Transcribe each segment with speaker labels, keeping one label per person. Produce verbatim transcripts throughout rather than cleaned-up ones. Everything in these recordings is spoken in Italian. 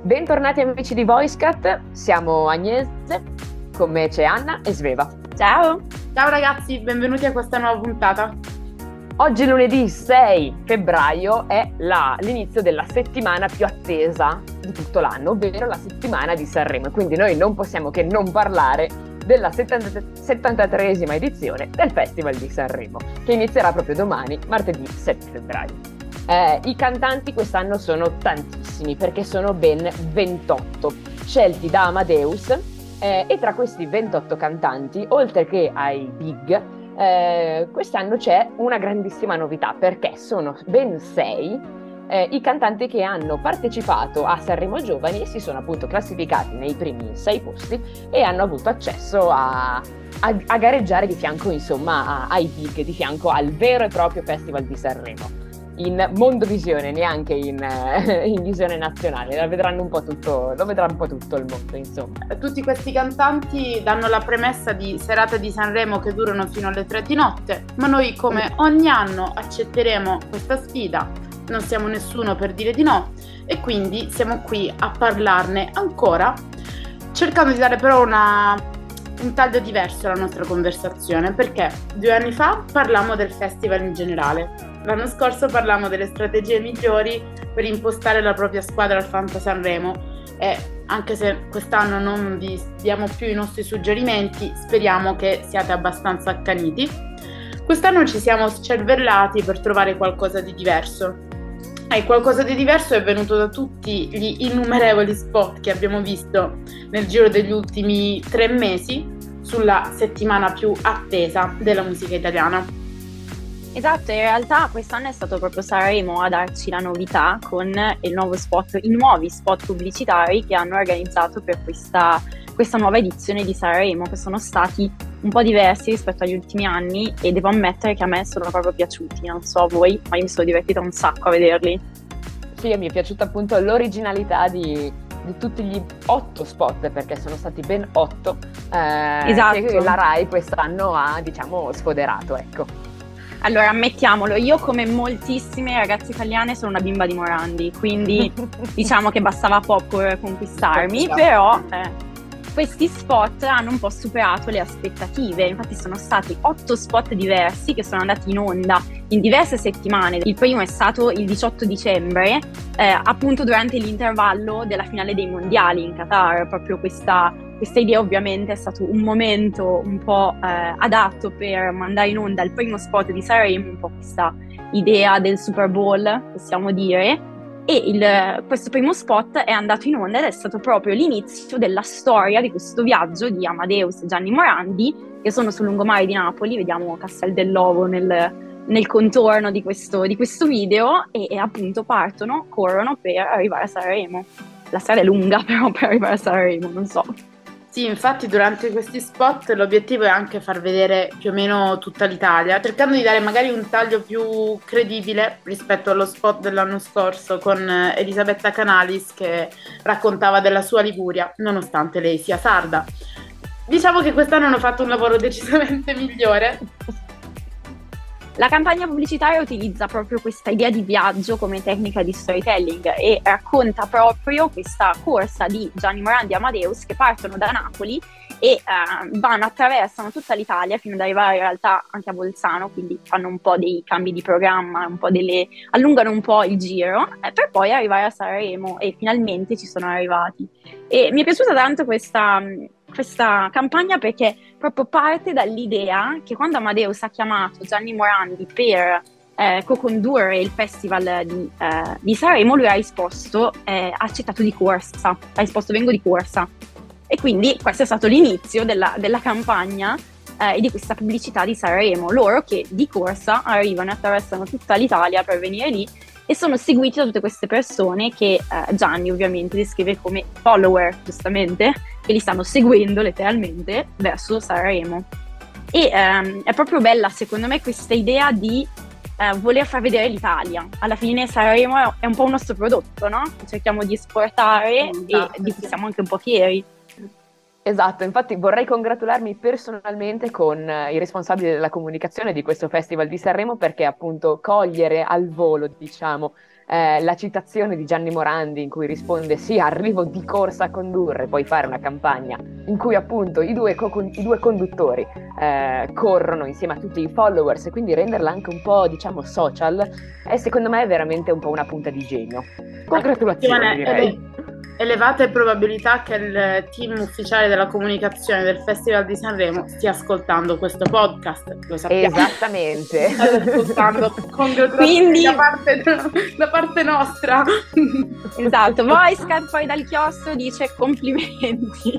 Speaker 1: Bentornati amici di VoiceCat, siamo Agnese, con me c'è Anna e Sveva.
Speaker 2: Ciao! Ciao ragazzi, benvenuti a questa nuova puntata.
Speaker 1: Oggi lunedì sei febbraio è la, l'inizio della settimana più attesa di tutto l'anno, ovvero la settimana di Sanremo, quindi noi non possiamo che non parlare della settantatreesima edizione del Festival di Sanremo, che inizierà proprio domani, martedì sette febbraio. Eh, I cantanti quest'anno sono tantissimi, perché sono ben ventotto, scelti da Amadeus, eh, e tra questi ventotto cantanti, oltre che ai big, eh, quest'anno c'è una grandissima novità, perché sono ben sei eh, i cantanti che hanno partecipato a Sanremo Giovani e si sono appunto classificati nei primi sei posti e hanno avuto accesso a, a, a gareggiare di fianco, insomma, a, ai big, di fianco al vero e proprio Festival di Sanremo. In Mondovisione, neanche in, eh, in visione nazionale, la vedranno un po' tutto, lo vedrà un po' tutto il mondo, insomma.
Speaker 2: Tutti questi cantanti danno la premessa di serate di Sanremo che durano fino alle tre di notte, ma noi come ogni anno accetteremo questa sfida, non siamo nessuno per dire di no e quindi siamo qui a parlarne ancora, cercando di dare però una, un taglio diverso alla nostra conversazione, perché due anni fa parlammo del festival in generale. L'anno scorso parlammo delle strategie migliori per impostare la propria squadra al Fanta Sanremo e anche se quest'anno non vi diamo più i nostri suggerimenti, speriamo che siate abbastanza accaniti. Quest'anno ci siamo scervellati per trovare qualcosa di diverso. E qualcosa di diverso è venuto da tutti gli innumerevoli spot che abbiamo visto nel giro degli ultimi tre mesi sulla settimana più attesa della musica italiana.
Speaker 3: Esatto, in realtà quest'anno è stato proprio Sanremo a darci la novità con il nuovo spot, i nuovi spot pubblicitari che hanno organizzato per questa, questa nuova edizione di Sanremo, che sono stati un po' diversi rispetto agli ultimi anni e devo ammettere che a me sono proprio piaciuti, non so voi, ma io mi sono divertita un sacco a vederli.
Speaker 1: Sì, mi è piaciuta appunto l'originalità di, di tutti gli otto spot, perché sono stati ben otto, eh,
Speaker 3: esatto.
Speaker 1: che la Rai quest'anno ha, diciamo, sfoderato, ecco.
Speaker 3: Allora, ammettiamolo, io come moltissime ragazze italiane sono una bimba di Morandi, quindi diciamo che bastava poco per conquistarmi, però eh, questi spot hanno un po' superato le aspettative, infatti sono stati otto spot diversi che sono andati in onda in diverse settimane. Il primo è stato il diciotto dicembre, eh, appunto durante l'intervallo della finale dei mondiali in Qatar, proprio questa... Questa idea ovviamente è stato un momento un po' eh, adatto per mandare in onda il primo spot di Sanremo, un po' questa idea del Super Bowl, possiamo dire, e il, questo primo spot è andato in onda ed è stato proprio l'inizio della storia di questo viaggio di Amadeus e Gianni Morandi, che sono sul lungomare di Napoli, vediamo Castel dell'Ovo nel, nel contorno di questo, di questo video, e, e appunto partono, corrono per arrivare a Sanremo. La strada è lunga però per arrivare a Sanremo, non so.
Speaker 2: Sì, infatti durante questi spot l'obiettivo è anche far vedere più o meno tutta l'Italia, cercando di dare magari un taglio più credibile rispetto allo spot dell'anno scorso con Elisabetta Canalis che raccontava della sua Liguria, nonostante lei sia sarda. Diciamo che quest'anno hanno fatto un lavoro decisamente migliore.
Speaker 3: La campagna pubblicitaria utilizza proprio questa idea di viaggio come tecnica di storytelling e racconta proprio questa corsa di Gianni Morandi e Amadeus che partono da Napoli e eh, vanno, attraversano tutta l'Italia fino ad arrivare in realtà anche a Bolzano, quindi fanno un po' dei cambi di programma, un po' delle, allungano un po' il giro eh, per poi arrivare a Sanremo, e finalmente ci sono arrivati. E mi è piaciuta tanto questa... questa campagna perché proprio parte dall'idea che quando Amadeus ha chiamato Gianni Morandi per eh, co-condurre il festival di, eh, di Sanremo, lui ha risposto, eh, ha accettato di corsa, ha risposto vengo di corsa, e quindi questo è stato l'inizio della, della campagna eh, e di questa pubblicità di Sanremo, loro che di corsa arrivano e attraversano tutta l'Italia per venire lì e sono seguiti da tutte queste persone che eh, Gianni ovviamente descrive come follower, giustamente, che li stanno seguendo letteralmente verso Sanremo. E ehm, è proprio bella secondo me questa idea di eh, voler far vedere l'Italia. Alla fine Sanremo è un po' un nostro prodotto, no? Che cerchiamo di esportare
Speaker 2: Esatto,
Speaker 3: e di cui
Speaker 2: sì.
Speaker 3: siamo anche un po' fieri.
Speaker 1: Esatto, infatti vorrei congratularmi personalmente con eh, i responsabili della comunicazione di questo Festival di Sanremo, perché appunto cogliere al volo, diciamo, eh, la citazione di Gianni Morandi in cui risponde sì, arrivo di corsa a condurre, poi fare una campagna in cui appunto i due, co- i due conduttori eh, corrono insieme a tutti i followers, e quindi renderla anche un po', diciamo, social, è secondo me veramente un po' una punta di genio. Congratulazioni, direi.
Speaker 2: Elevate probabilità che il team ufficiale della comunicazione del Festival di Sanremo stia ascoltando questo podcast, lo sappiamo.
Speaker 1: Esattamente.
Speaker 2: State ascoltando.
Speaker 3: Quindi
Speaker 2: da parte, da parte nostra.
Speaker 3: Esatto, Voice poi dal chiostro dice complimenti.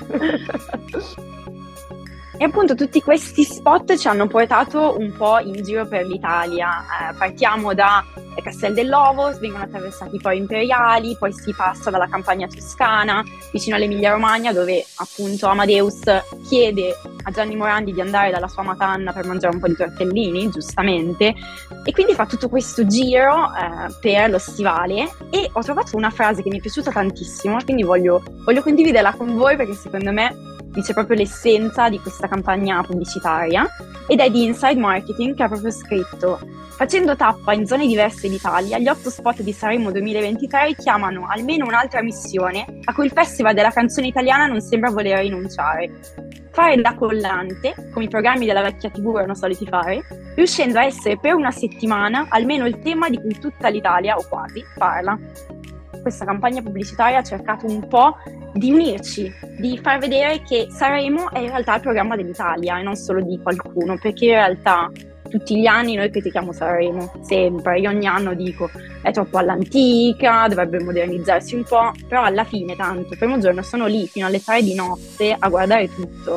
Speaker 3: E appunto tutti questi spot ci hanno portato un po' in giro per l'Italia. Eh, partiamo da Castel dell'Ovo, vengono attraversati poi Imperiali, poi si passa dalla campagna toscana vicino all'Emilia Romagna, dove appunto Amadeus chiede a Gianni Morandi di andare dalla sua matanna per mangiare un po' di tortellini, giustamente, e quindi fa tutto questo giro eh, per lo stivale. E ho trovato una frase che mi è piaciuta tantissimo, quindi voglio, voglio condividerla con voi, perché secondo me dice proprio l'essenza di questa campagna pubblicitaria, ed è di Inside Marketing, che ha proprio scritto: facendo tappa in zone diverse d'Italia, gli otto spot di Sanremo duemilaventitré richiamano almeno un'altra missione a cui il Festival della canzone italiana non sembra voler rinunciare: fare da collante, come i programmi della vecchia tivù erano soliti fare, riuscendo a essere per una settimana almeno il tema di cui tutta l'Italia, o quasi, parla. Questa campagna pubblicitaria ha cercato un po' di unirci, di far vedere che Sanremo è in realtà il programma dell'Italia e non solo di qualcuno, perché in realtà tutti gli anni noi critichiamo Sanremo, sempre, io ogni anno dico è troppo all'antica, dovrebbe modernizzarsi un po', però alla fine tanto, il primo giorno sono lì fino alle tre di notte a guardare tutto.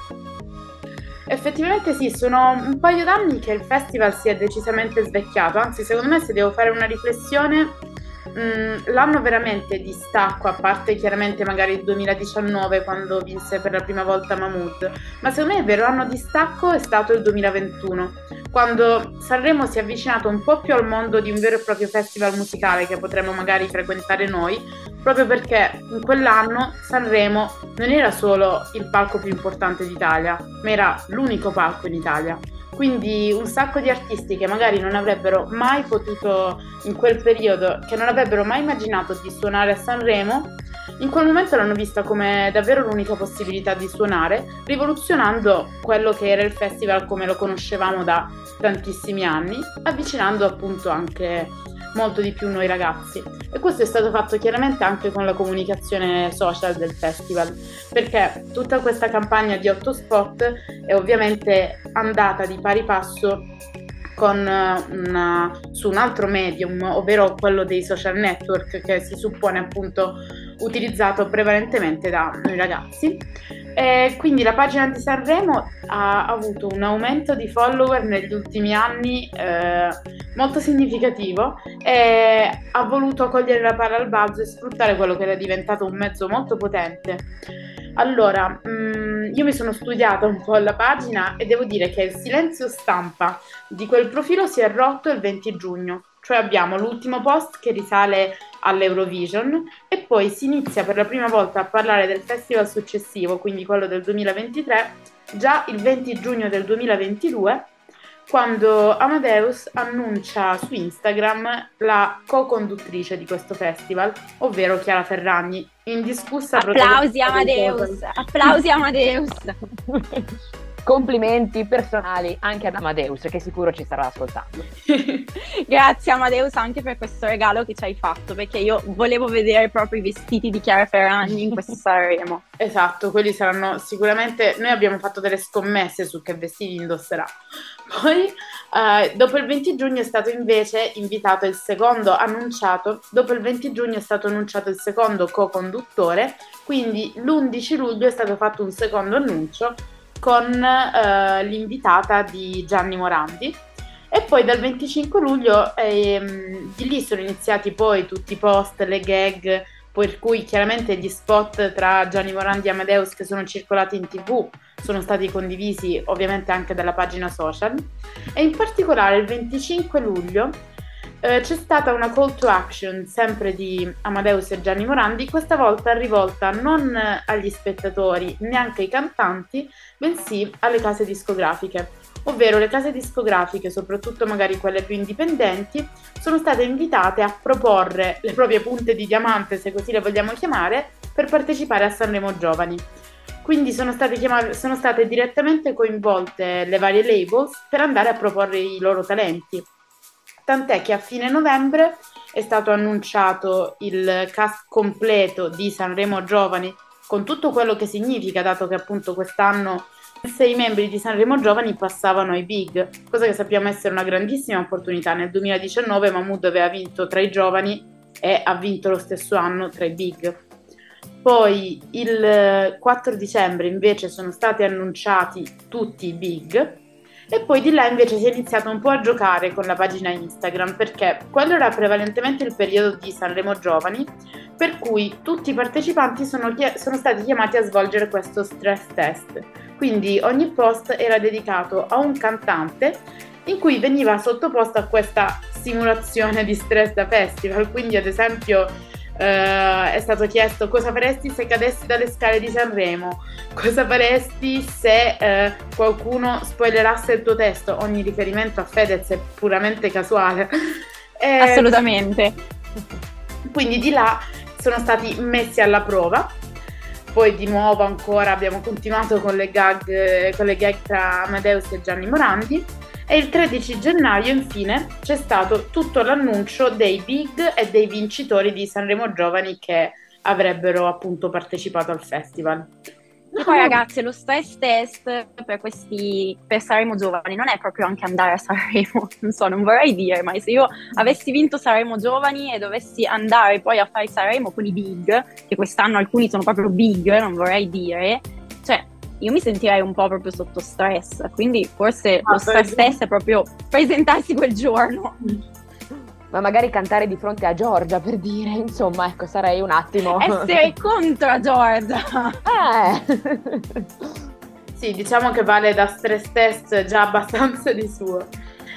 Speaker 2: Effettivamente sì, sono un paio d'anni che il festival si è decisamente svecchiato, anzi secondo me, se devo fare una riflessione, Mm, l'anno veramente di stacco, a parte chiaramente magari il duemiladiciannove quando vinse per la prima volta Mahmood, ma secondo me il vero anno di stacco è stato il duemilaventuno, quando Sanremo si è avvicinato un po' più al mondo di un vero e proprio festival musicale che potremmo magari frequentare noi, proprio perché in quell'anno Sanremo non era solo il palco più importante d'Italia, ma era l'unico palco in Italia. Quindi un sacco di artisti che magari non avrebbero mai potuto, in quel periodo, che non avrebbero mai immaginato di suonare a Sanremo, in quel momento l'hanno vista come davvero l'unica possibilità di suonare, rivoluzionando quello che era il festival come lo conoscevamo da tantissimi anni, avvicinando appunto anche molto di più noi ragazzi. E questo è stato fatto chiaramente anche con la comunicazione social del festival, perché tutta questa campagna di otto spot è ovviamente andata di pari passo con una, su un altro medium, ovvero quello dei social network, che si suppone appunto utilizzato prevalentemente da noi ragazzi. E quindi la pagina di Sanremo ha avuto un aumento di follower negli ultimi anni eh, molto significativo, e ha voluto cogliere la palla al balzo e sfruttare quello che era diventato un mezzo molto potente. Allora, mh, io mi sono studiata un po' la pagina e devo dire che il silenzio stampa di quel profilo si è rotto il venti giugno, cioè abbiamo l'ultimo post che risale all'Eurovision e poi si inizia per la prima volta a parlare del festival successivo, quindi quello del duemilaventitré, già il venti giugno del duemilaventidue, quando Amadeus annuncia su Instagram la co-conduttrice di questo festival, ovvero Chiara Ferragni, indiscussa
Speaker 3: applausi Amadeus, applausi Amadeus.
Speaker 1: Complimenti personali anche ad Amadeus, che sicuro ci starà ascoltando.
Speaker 3: Grazie Amadeus anche per questo regalo che ci hai fatto, perché io volevo vedere proprio i vestiti di Chiara Ferragni in questo Sanremo.
Speaker 2: Esatto, quelli saranno sicuramente, noi abbiamo fatto delle scommesse su che vestiti indosserà. Poi eh, dopo il venti giugno è stato invece invitato il secondo annunciato, dopo il venti giugno è stato annunciato il secondo co-conduttore, quindi l'undici luglio è stato fatto un secondo annuncio con eh, l'invitata di Gianni Morandi, e poi dal venticinque luglio ehm, di lì sono iniziati poi tutti i post, le gag, per cui chiaramente gli spot tra Gianni Morandi e Amadeus che sono circolati in tv sono stati condivisi ovviamente anche dalla pagina social, e in particolare il venticinque luglio eh, c'è stata una call to action sempre di Amadeus e Gianni Morandi, questa volta rivolta non agli spettatori, neanche ai cantanti, bensì alle case discografiche, ovvero le case discografiche, soprattutto magari quelle più indipendenti, sono state invitate a proporre le proprie punte di diamante, se così le vogliamo chiamare, per partecipare a Sanremo Giovani. Quindi sono state, chiamate, sono state direttamente coinvolte le varie labels per andare a proporre i loro talenti. Tant'è che a fine novembre è stato annunciato il cast completo di Sanremo Giovani, con tutto quello che significa, dato che appunto quest'anno sei membri di Sanremo Giovani passavano ai Big, cosa che sappiamo essere una grandissima opportunità. Nel duemiladiciannove Mahmood aveva vinto tra i giovani e ha vinto lo stesso anno tra i Big. Poi il quattro dicembre invece sono stati annunciati tutti i Big e poi di là invece si è iniziato un po' a giocare con la pagina Instagram, perché quello era prevalentemente il periodo di Sanremo Giovani, per cui tutti i partecipanti sono, chi- sono stati chiamati a svolgere questo stress test. Quindi ogni post era dedicato a un cantante in cui veniva sottoposto a questa simulazione di stress da festival. Quindi ad esempio Uh, è stato chiesto: cosa faresti se cadessi dalle scale di Sanremo, cosa faresti se uh, qualcuno spoilerasse il tuo testo. Ogni riferimento a Fedez è puramente casuale. E
Speaker 3: assolutamente.
Speaker 2: quindi di là sono stati messi alla prova. Poi di nuovo ancora abbiamo continuato con le gag, con le gag tra Amadeus e Gianni Morandi. E il tredici gennaio infine c'è stato tutto l'annuncio dei Big e dei vincitori di Sanremo Giovani che avrebbero appunto partecipato al festival.
Speaker 3: E poi ragazzi, lo stress test per questi per Sanremo Giovani non è proprio anche andare a Sanremo, non so, non vorrei dire, ma se io avessi vinto Sanremo Giovani e dovessi andare poi a fare Sanremo con i Big, che quest'anno alcuni sono proprio Big, non vorrei dire, cioè io mi sentirei un po' proprio sotto stress, quindi forse ah, lo stress test è proprio presentarsi quel giorno.
Speaker 1: Ma magari cantare di fronte a Giorgia, per dire, insomma, ecco, sarei un attimo...
Speaker 3: Essere contro Giorgia!
Speaker 1: Eh!
Speaker 2: Sì, diciamo che vale da stress test già abbastanza di suo.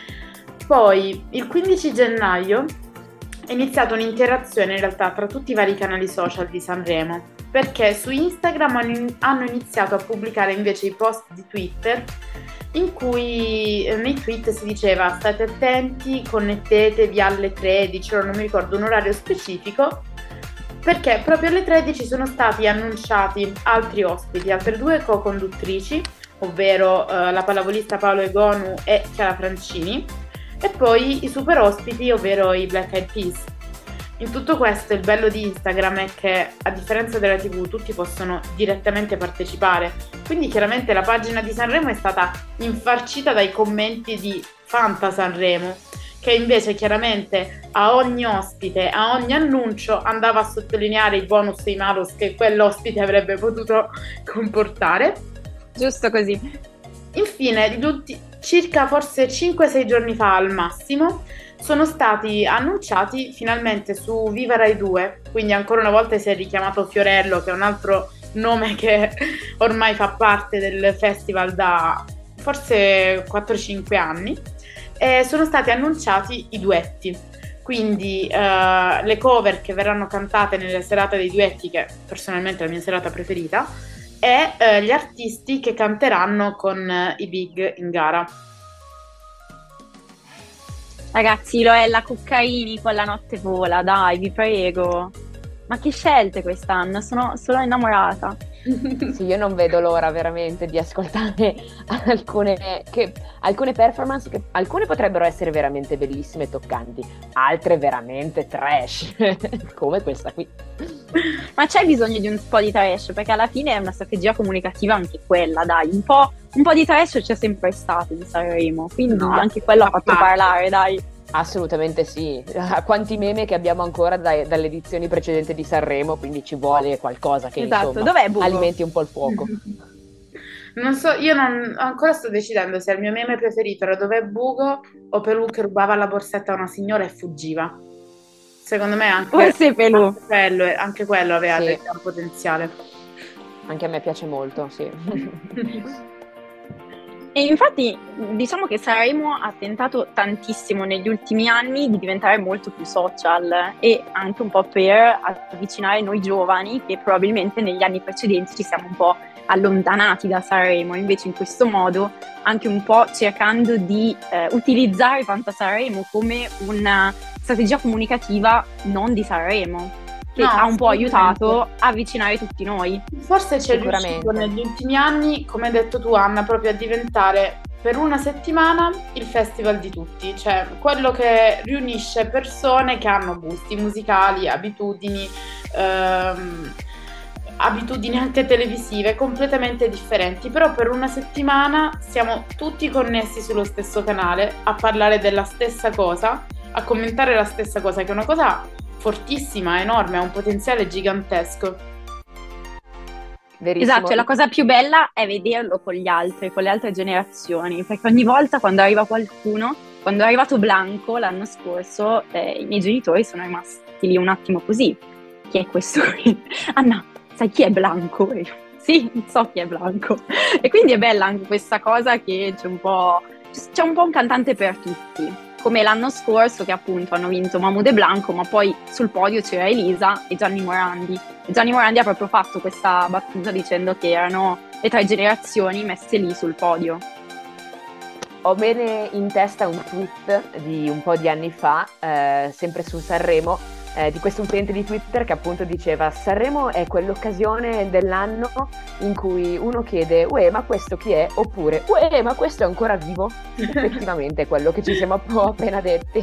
Speaker 2: Poi, il quindici gennaio è iniziata un'interazione in realtà tra tutti i vari canali social di Sanremo, perché su Instagram hanno iniziato a pubblicare invece i post di Twitter in cui nei tweet si diceva: state attenti, connettetevi alle tredici, ora non mi ricordo un orario specifico, perché proprio alle tredici sono stati annunciati altri ospiti, altre due co-conduttrici, ovvero eh, la pallavolista Paolo Egonu e Chiara Francini, e poi i super ospiti, ovvero i Black Eyed Peas. In tutto questo il bello di Instagram è che, a differenza della tivù, tutti possono direttamente partecipare, quindi chiaramente la pagina di Sanremo è stata infarcita dai commenti di Fanta Sanremo, che invece chiaramente a ogni ospite, a ogni annuncio andava a sottolineare i bonus e i malus che quell'ospite avrebbe potuto comportare.
Speaker 3: Giusto così.
Speaker 2: Infine, circa forse cinque sei giorni fa al massimo, sono stati annunciati finalmente su Viva Rai due, quindi ancora una volta si è richiamato Fiorello, che è un altro nome che ormai fa parte del festival da forse quattro cinque anni, e sono stati annunciati i duetti, quindi uh, le cover che verranno cantate nelle serate dei duetti, che personalmente è la mia serata preferita, e uh, gli artisti che canteranno con uh, i Big in gara.
Speaker 3: Ragazzi, Loella Cuccarini con La notte vola, dai, vi prego. Ma che scelte quest'anno, sono, sono innamorata.
Speaker 1: Sì, io non vedo l'ora veramente di ascoltare alcune, che, alcune performance che alcune potrebbero essere veramente bellissime e toccanti, altre veramente trash, come questa qui.
Speaker 3: Ma c'è bisogno di un po' di trash, perché alla fine è una strategia comunicativa anche quella, dai, un po', un po' di trash c'è sempre stato di Sanremo, quindi no, anche quello ha fatto parlare, dai.
Speaker 1: Assolutamente sì, quanti meme che abbiamo ancora dai, dalle edizioni precedenti di Sanremo, quindi ci vuole qualcosa che
Speaker 3: esatto.
Speaker 1: insomma
Speaker 3: Dov'è Bugo?
Speaker 1: Alimenti un po' il fuoco.
Speaker 2: Non so, io non ancora sto decidendo se il mio meme preferito era Dov'è Bugo o Pelù che rubava la borsetta a una signora e fuggiva. Secondo me anche,
Speaker 3: forse Pelù.
Speaker 2: Anche quello, anche quello aveva
Speaker 1: sì.
Speaker 2: del potenziale.
Speaker 1: Anche a me piace molto, sì.
Speaker 3: E infatti diciamo che Sanremo ha tentato tantissimo negli ultimi anni di diventare molto più social e anche un po' per avvicinare noi giovani che probabilmente negli anni precedenti ci siamo un po' allontanati da Sanremo, invece in questo modo anche un po' cercando di eh, utilizzare Fanta Sanremo come una strategia comunicativa non di Sanremo, che
Speaker 2: No,
Speaker 3: ha un po'
Speaker 2: assolutamente.
Speaker 3: aiutato a avvicinare tutti noi.
Speaker 2: Forse c'è
Speaker 1: Sicuramente.
Speaker 2: riuscito negli ultimi anni, come hai detto tu Anna, proprio a diventare per una settimana il festival di tutti, cioè quello che riunisce persone che hanno gusti musicali, abitudini, ehm, abitudini anche televisive completamente differenti, però per una settimana siamo tutti connessi sullo stesso canale a parlare della stessa cosa, a commentare la stessa cosa, che è una cosa fortissima, enorme, ha un potenziale gigantesco.
Speaker 1: Verissimo.
Speaker 3: Esatto, e la cosa più bella è vederlo con gli altri, con le altre generazioni, perché ogni volta quando arriva qualcuno, quando è arrivato Blanco l'anno scorso, eh, i miei genitori sono rimasti lì un attimo così. Chi è questo qui? Anna, sai chi è Blanco? E io, sì, so chi è Blanco. E quindi è bella anche questa cosa che c'è un po', c'è un po' un cantante per tutti. Come l'anno scorso che appunto hanno vinto Mahmood e Blanco, ma poi sul podio c'era Elisa e Gianni Morandi. E Gianni Morandi ha proprio fatto questa battuta dicendo che erano le tre generazioni messe lì sul podio.
Speaker 1: Ho bene in testa un tweet di un po' di anni fa, eh, sempre su Sanremo, eh, di questo utente di Twitter che appunto diceva: Sanremo è quell'occasione dell'anno in cui uno chiede uè ma questo chi è? Oppure uè ma questo è ancora vivo? Effettivamente è quello che ci siamo appena detti.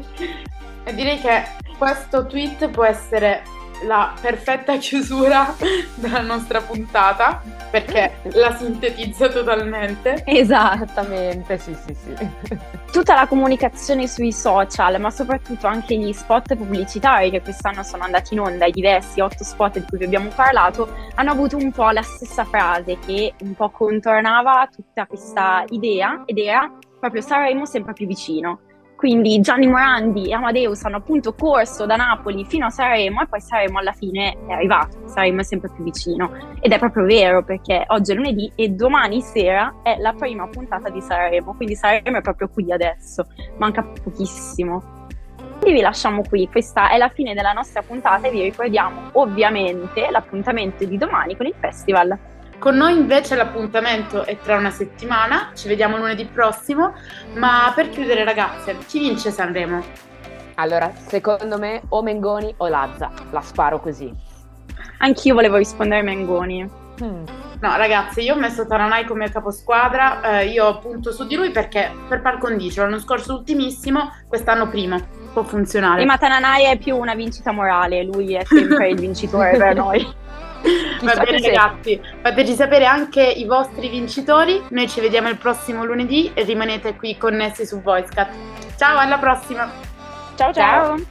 Speaker 2: E direi che questo tweet può essere la perfetta chiusura della nostra puntata, perché la sintetizza totalmente.
Speaker 3: Esatto.
Speaker 1: Esattamente, sì sì sì.
Speaker 3: Tutta la comunicazione sui social, ma soprattutto anche gli spot pubblicitari che quest'anno sono andati in onda, i diversi otto spot di cui vi abbiamo parlato, hanno avuto un po' la stessa frase che un po' contornava tutta questa idea, ed era proprio Sanremo sempre più vicino. Quindi Gianni Morandi e Amadeus hanno appunto corso da Napoli fino a Sanremo e poi Sanremo alla fine è arrivato, Sanremo è sempre più vicino. Ed è proprio vero, perché oggi è lunedì e domani sera è la prima puntata di Sanremo, quindi Sanremo è proprio qui adesso, manca pochissimo. Quindi vi lasciamo qui, questa è la fine della nostra puntata e vi ricordiamo ovviamente l'appuntamento di domani con il festival.
Speaker 2: Con noi invece l'appuntamento è tra una settimana, ci vediamo lunedì prossimo, ma per chiudere ragazze, chi vince Sanremo?
Speaker 1: Allora, secondo me o Mengoni o Lazza, la sparo così.
Speaker 3: Anch'io volevo rispondere Mengoni.
Speaker 1: Hmm.
Speaker 2: No ragazzi, io ho messo Tananai come caposquadra, eh, io punto su di lui perché per par condicio, l'anno scorso ultimissimo, quest'anno primo, può funzionare.
Speaker 3: E ma Tananai è più una vincita morale, lui è sempre il vincitore per noi.
Speaker 2: Va
Speaker 1: Chissà
Speaker 2: bene
Speaker 1: che se-
Speaker 2: ragazzi, fateci sapere anche i vostri vincitori, noi ci vediamo il prossimo lunedì e rimanete qui connessi su VoiceCat. Ciao, alla prossima!
Speaker 1: Ciao ciao!
Speaker 3: Ciao!